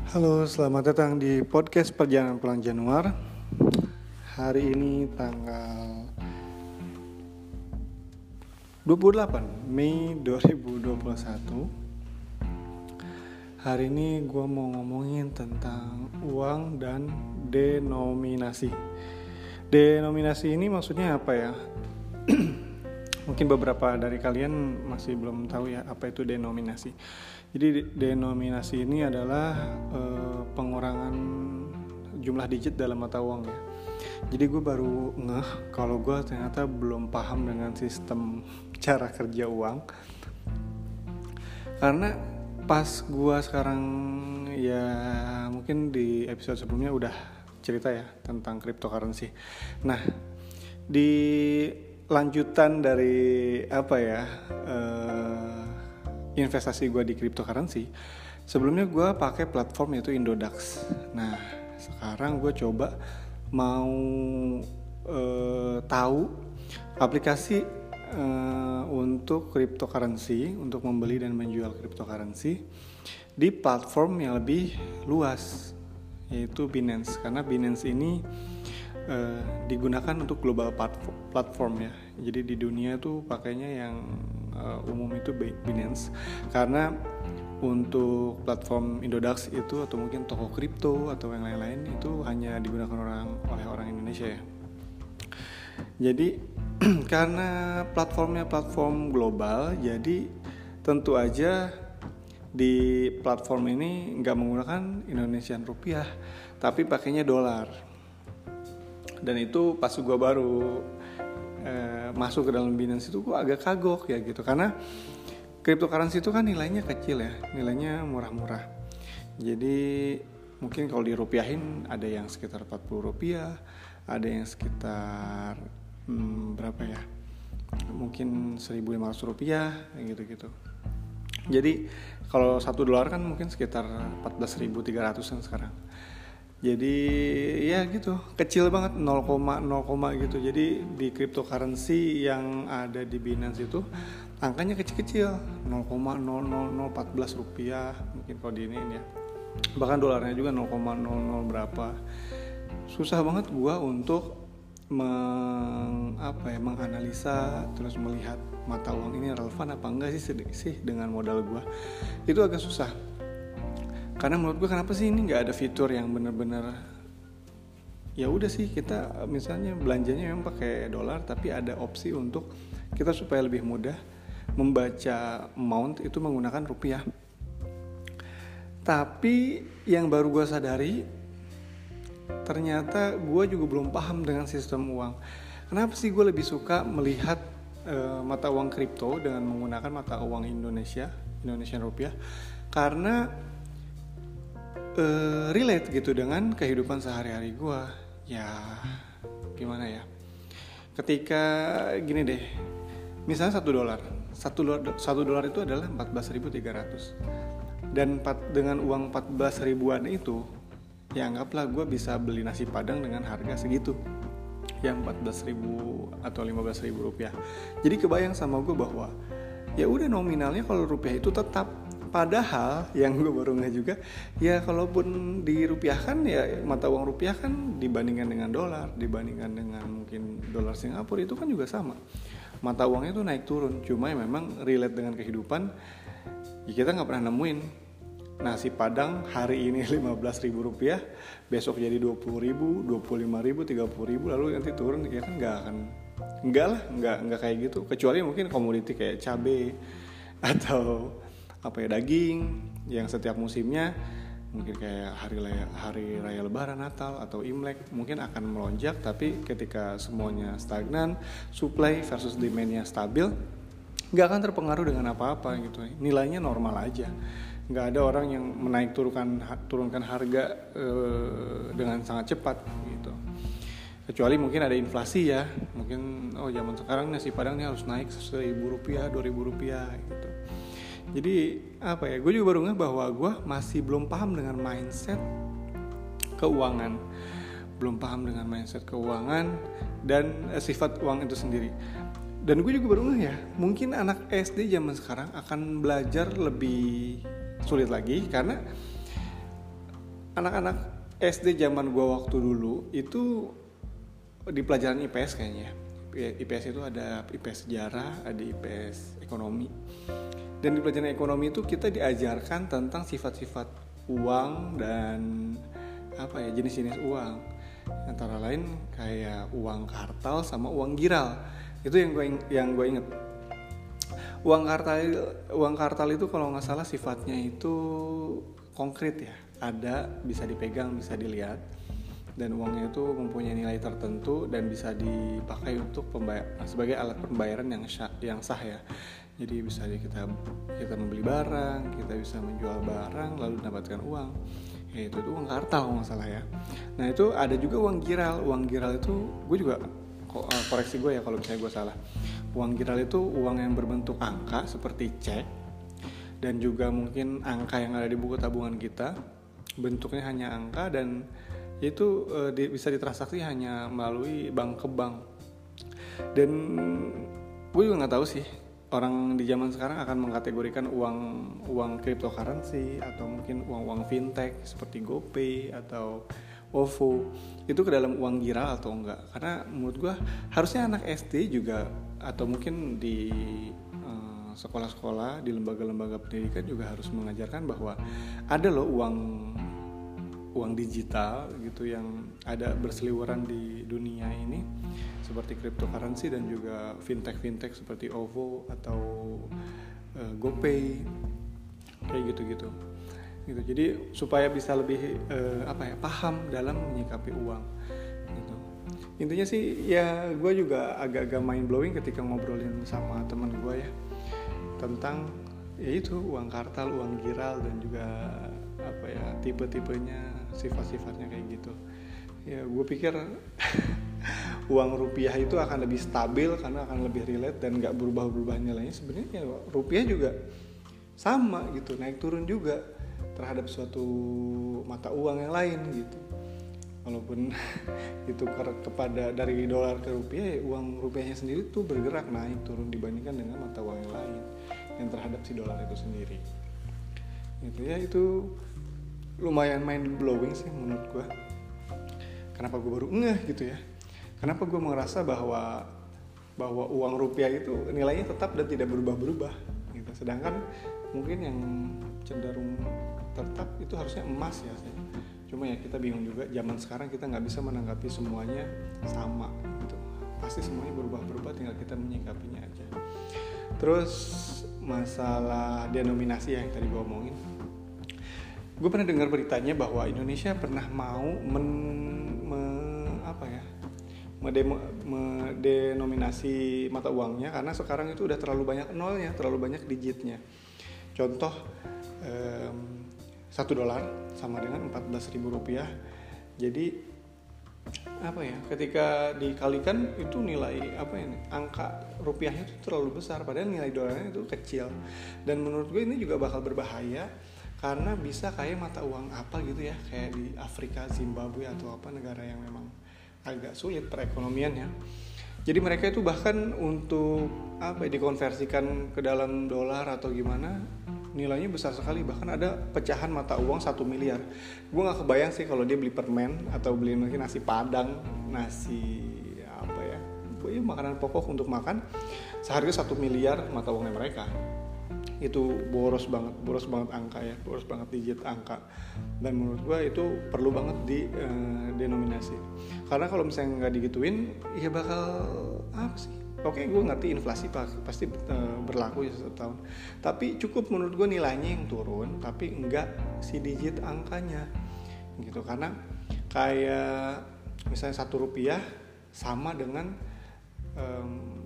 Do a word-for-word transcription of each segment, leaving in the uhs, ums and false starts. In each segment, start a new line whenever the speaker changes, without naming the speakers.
Halo, selamat datang di podcast Perjalanan Pulang Januar. Hari ini tanggal dua puluh delapan Mei dua ribu dua puluh satu. Hari ini gue mau ngomongin tentang uang dan denominasi. Denominasi ini maksudnya apa ya? Mungkin beberapa dari kalian masih belum tahu ya apa itu denominasi. Jadi denominasi ini adalah e, pengurangan jumlah digit dalam mata uang ya. Jadi gue baru ngeh kalau gue ternyata belum paham dengan sistem cara kerja uang. Karena pas gue sekarang ya mungkin di episode sebelumnya udah cerita ya tentang cryptocurrency. Nah di lanjutan dari apa ya uh, investasi gue di cryptocurrency, sebelumnya gue pakai platform yaitu Indodax. Nah sekarang gue coba mau uh, tahu aplikasi uh, untuk cryptocurrency, untuk membeli dan menjual cryptocurrency di platform yang lebih luas, yaitu Binance. Karena Binance ini Uh, digunakan untuk global platform ya. Jadi di dunia tuh pakainya yang uh, umum itu Binance. Karena untuk platform Indodax itu atau mungkin toko kripto atau yang lain-lain itu hanya digunakan orang oleh orang Indonesia ya. Jadi karena platformnya platform global, jadi tentu aja di platform ini nggak menggunakan Indonesian rupiah, tapi pakainya dolar. Dan itu pas gue baru eh, masuk ke dalam Binance itu gue agak kagok ya gitu. Karena cryptocurrency itu kan nilainya kecil ya, nilainya murah-murah. Jadi mungkin kalau dirupiahin ada yang sekitar empat puluh rupiah, ada yang sekitar hmm, berapa ya, mungkin seribu lima ratus rupiah gitu-gitu. Jadi kalau satu dolar kan mungkin sekitar empat belas ribu tiga ratusan sekarang. Jadi ya gitu, kecil banget, nol koma nol gitu. Jadi di cryptocurrency yang ada di Binance itu angkanya kecil-kecil, nol koma nol nol nol satu empat rupiah mungkin kalau di ini ya. Bahkan dolarnya juga nol koma nol nol berapa. Susah banget gua untuk meng, apa ya, menganalisa terus melihat mata uang ini relevan apa enggak sih sih dengan modal gua. Itu agak susah. Karena menurut gue kenapa sih ini nggak ada fitur yang benar-benar ya udah sih kita misalnya belanjanya memang pakai dolar tapi ada opsi untuk kita supaya lebih mudah membaca amount itu menggunakan rupiah. Tapi yang baru gue sadari ternyata gue juga belum paham dengan sistem uang. Kenapa sih gue lebih suka melihat e, mata uang kripto dengan menggunakan mata uang Indonesia, Indonesian rupiah? Karena Uh, relate gitu dengan kehidupan sehari-hari gue. Ya gimana ya, ketika gini deh, misalnya satu dolar satu dolar satu dolar itu adalah empat belas ribu tiga ratus, dan empat, dengan uang empat belas ribuan itu ya anggaplah gue bisa beli nasi padang dengan harga segitu, yang empat belas ribu atau lima belas ribu rupiah. Jadi kebayang sama gue bahwa ya udah nominalnya kalau rupiah itu tetap. Padahal yang gue baru nggak juga ya, kalaupun dirupiahkan ya mata uang rupiah kan dibandingkan dengan dolar, dibandingkan dengan mungkin dolar Singapura itu kan juga sama, mata uangnya tuh naik turun. Cuma ya memang relate dengan kehidupan ya, kita nggak pernah nemuin nasi padang hari ini lima belas ribu rupiah, besok jadi dua puluh ribu, dua puluh lima ribu, tiga puluh ribu, lalu nanti turun. Ya kan nggak akan, nggak lah, nggak nggak kayak gitu. Kecuali mungkin komoditi kayak cabai atau apa ya, daging yang setiap musimnya mungkin kayak hari raya, hari raya Lebaran, Natal atau Imlek mungkin akan melonjak. Tapi ketika semuanya stagnan, supply versus demand-nya stabil, nggak akan terpengaruh dengan apa-apa gitu. Nilainya normal aja, nggak ada orang yang menaik turunkan turunkan harga eh, dengan sangat cepat gitu. Kecuali mungkin ada inflasi ya, mungkin oh zaman sekarang nasi padang ini harus naik seribu rupiah, dua ribu rupiah gitu. Jadi apa ya, gue juga baru ngeh bahwa gue masih belum paham dengan mindset keuangan, belum paham dengan mindset keuangan dan eh, sifat uang itu sendiri. Dan gue juga baru ngeh ya, mungkin anak S D zaman sekarang akan belajar lebih sulit lagi karena anak-anak S D zaman gua waktu dulu itu di pelajaran I P S kayaknya. I P S itu ada I P S sejarah, ada I P S ekonomi. Dan di pelajaran ekonomi itu kita diajarkan tentang sifat-sifat uang dan apa ya, jenis-jenis uang. Antara lain kayak uang kartal sama uang giral. Itu yang gue yang gue inget. Uang kartal uang kartal itu kalau nggak salah sifatnya itu konkret ya. Ada, bisa dipegang, bisa dilihat. Dan uangnya itu mempunyai nilai tertentu dan bisa dipakai untuk pembayar, sebagai alat pembayaran yang sah, yang sah ya. Jadi bisa kita kita membeli barang, kita bisa menjual barang lalu mendapatkan uang. Ya itu, itu uang kartal kalau nggak salah ya. Nah itu ada juga uang giral. Uang giral itu gue juga koreksi gue ya kalau misalnya gue salah. Uang giral itu uang yang berbentuk angka seperti cek dan juga mungkin angka yang ada di buku tabungan kita. Bentuknya hanya angka dan itu e, di, bisa ditransaksi hanya melalui bank ke bank. Dan gue juga nggak tahu sih orang di zaman sekarang akan mengkategorikan uang uang cryptocurrency atau mungkin uang-uang fintech seperti GoPay atau O V O itu ke dalam uang giral atau enggak. Karena menurut gue harusnya anak S D juga atau mungkin di uh, sekolah-sekolah, di lembaga-lembaga pendidikan juga harus mengajarkan bahwa ada loh uang uang digital gitu yang ada berseliweran di dunia ini seperti cryptocurrency dan juga fintech-fintech seperti O V O atau uh, GoPay kayak gitu-gitu. Gitu. Jadi supaya bisa lebih uh, apa ya paham dalam menyikapi uang. Gitu. Intinya sih ya gue juga agak-agak mind blowing ketika ngobrolin sama teman gue ya tentang ya itu uang kartal, uang giral dan juga apa ya tipe-tipenya, sifat-sifatnya kayak gitu. Ya gue pikir uang rupiah itu akan lebih stabil karena akan lebih relate dan nggak berubah-berubah nilainya. Sebenarnya ya, rupiah juga sama gitu, naik turun juga terhadap suatu mata uang yang lain gitu. Walaupun itu kepada dari dolar ke rupiah, ya uang rupiahnya sendiri tuh bergerak naik turun dibandingkan dengan mata uang yang lain yang terhadap si dolar itu sendiri. Gitu ya, itu lumayan mind blowing sih menurut gue. Kenapa gue baru ngeh gitu ya? Kenapa gue merasa bahwa bahwa uang rupiah itu nilainya tetap dan tidak berubah-berubah gitu. Sedangkan mungkin yang cenderung tetap itu harusnya emas ya. Cuma ya kita bingung juga, zaman sekarang kita nggak bisa menanggapi semuanya sama gitu. Pasti semuanya berubah-berubah, tinggal kita menyikapinya aja. Terus masalah denominasi yang tadi gue omongin, gue pernah dengar beritanya bahwa Indonesia pernah mau men, me, apa ya, medemo, mendenominasi mata uangnya karena sekarang itu udah terlalu banyak nolnya, terlalu banyak digitnya. Contoh um, satu dolar sama dengan empat belas ribu rupiah. Jadi apa ya? Ketika dikalikan itu nilai apa ini? Angka rupiahnya itu terlalu besar, padahal nilai dolarnya itu kecil. Dan menurut gue ini juga bakal berbahaya karena bisa kayak mata uang apa gitu ya, kayak di Afrika, Zimbabwe atau apa negara yang memang agak sulit perekonomiannya. Jadi mereka itu bahkan untuk apa ya, dikonversikan ke dalam dolar atau gimana nilainya besar sekali, bahkan ada pecahan mata uang satu miliar. Gue nggak kebayang sih kalau dia beli permen atau beli mungkin nasi padang, nasi apa ya, ya makanan pokok untuk makan seharga satu miliar mata uangnya mereka. Itu boros banget, boros banget angka ya, boros banget digit angka. Dan menurut gue itu perlu banget di uh, denominasi. Karena kalau misalnya nggak digituin, ya bakal apa sih? Oke, gue ngerti inflasi pasti uh, berlaku ya satu tahun. Tapi cukup menurut gue nilainya yang turun, tapi enggak si digit angkanya, gitu. Karena kayak misalnya satu rupiah sama dengan um,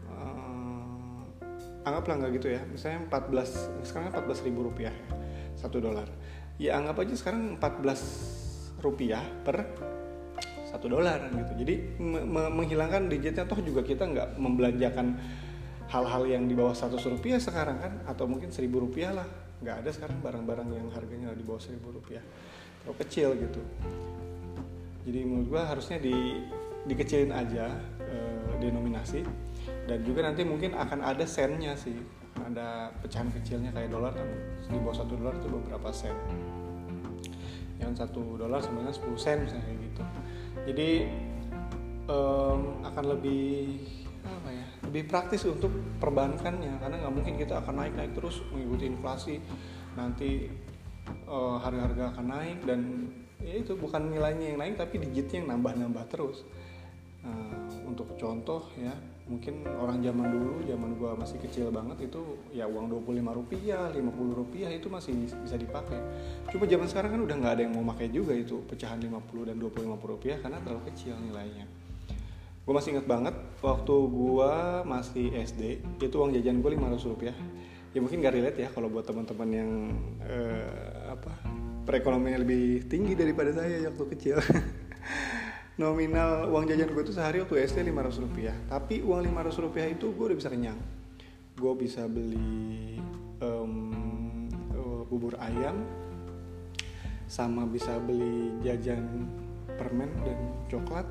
uh, anggaplah nggak gitu ya. Misalnya empat belas, sekarang empat belas ribu rupiah satu dolar. Ya anggap aja sekarang empat belas rupiah per satu dolar gitu. Jadi me- menghilangkan digitnya, toh juga kita nggak membelanjakan hal-hal yang di bawah seratus rupiah sekarang kan, atau mungkin seribu rupiah lah. Nggak ada sekarang barang-barang yang harganya di bawah seribu rupiah, terlalu kecil gitu. Jadi menurut gua harusnya di dikecilin aja e, denominasi, dan juga nanti mungkin akan ada sennya sih, ada pecahan kecilnya kayak dolar kan, di bawah satu dolar itu beberapa sen. yang satu dolar sama dengan sepuluh sen misalnya kayak gitu. Jadi um, akan lebih apa ya, lebih praktis untuk perbankannya, karena nggak mungkin kita akan naik naik terus mengikuti inflasi, nanti uh, harga-harga akan naik dan ya itu bukan nilainya yang naik tapi digitnya yang nambah-nambah terus. Uh, untuk contoh ya, mungkin orang zaman dulu, zaman gua masih kecil banget itu ya uang dua puluh lima rupiah, lima puluh rupiah itu masih bisa dipakai. Cuma zaman sekarang kan udah nggak ada yang mau pakai juga itu pecahan lima puluh dan dua puluh lima rupiah karena terlalu kecil nilainya. Gue masih ingat banget waktu gue masih S D itu uang jajan gue lima ratus rupiah. Ya mungkin gak relate ya kalau buat teman-teman yang eh, apa perekonomiannya lebih tinggi daripada saya waktu kecil. Nominal uang jajan gue itu sehari waktu S D lima ratus rupiah. Tapi uang lima ratus rupiah itu gue udah bisa kenyang. Gue bisa beli um, uh, bubur ayam, sama bisa beli jajan permen dan coklat.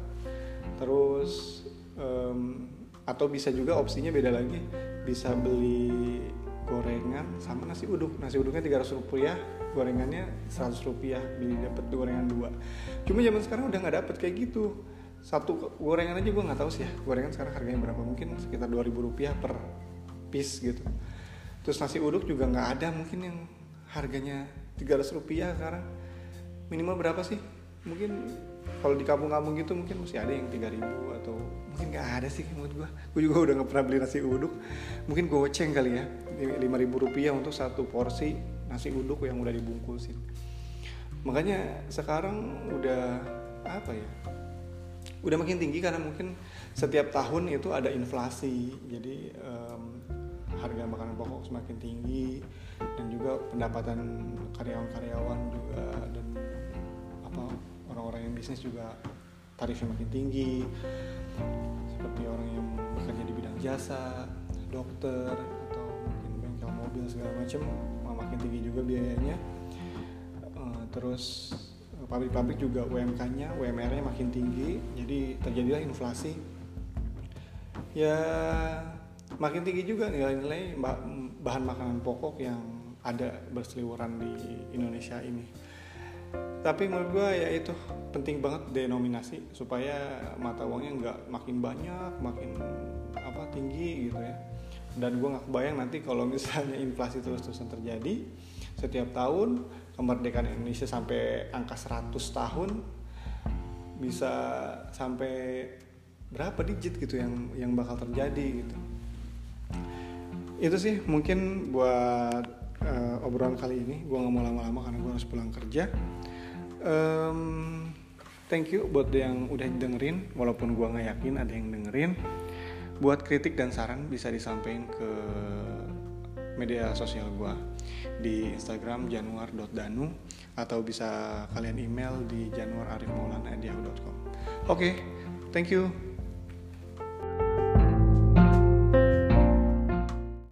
Terus um, atau bisa juga opsinya beda lagi, bisa beli gorengan sama nasi uduk. Nasi uduknya tiga ratus rupiah, gorengannya seratus rupiah, beli dapat gorengan dua. Cuma zaman sekarang udah nggak dapet kayak gitu. Satu gorengan aja gue nggak tahu sih ya, gorengan sekarang harganya berapa, mungkin sekitar dua ribu rupiah per piece gitu. Terus nasi uduk juga nggak ada, mungkin yang harganya tiga ratus rupiah sekarang. Minimal berapa sih? Mungkin kalau di kampung-kampung gitu mungkin masih ada yang tiga ribu atau mungkin nggak ada sih menurut gue. Gue juga udah nggak pernah beli nasi uduk. Mungkin goceng kali ya, lima ribu rupiah untuk satu porsi nasi uduk yang udah dibungkusin. Makanya sekarang udah apa ya? Udah makin tinggi karena mungkin setiap tahun itu ada inflasi. Jadi um, harga makanan pokok semakin tinggi dan juga pendapatan karyawan-karyawan juga dan apa orang-orang yang bisnis juga tarifnya makin tinggi, seperti orang yang bekerja di bidang jasa, dokter atau mungkin bengkel mobil segala macam makin tinggi juga biayanya. Uh, terus pabrik-pabrik juga U M K-nya, U M R-nya makin tinggi, jadi terjadilah inflasi. Ya makin tinggi juga nilai-nilai bahan makanan pokok yang ada berseliweran di Indonesia ini. Tapi menurut gue ya itu penting banget denominasi supaya mata uangnya nggak makin banyak, makin apa tinggi gitu ya. Dan gue nggak kebayang nanti kalau misalnya inflasi terus-terusan terjadi setiap tahun, kemerdekaan Indonesia sampai angka seratus tahun, bisa sampai berapa digit gitu yang yang bakal terjadi gitu. Itu sih mungkin buat uh, obrolan kali ini. Gue nggak mau lama-lama karena gue harus pulang kerja. Um, thank you buat yang udah dengerin, walaupun gue nggak yakin ada yang dengerin. Buat kritik dan saran bisa disampaikan ke media sosial gue di Instagram januar dot danu atau bisa kalian email di januar arif maulana at yahoo dot com. Oke, okay, thank you.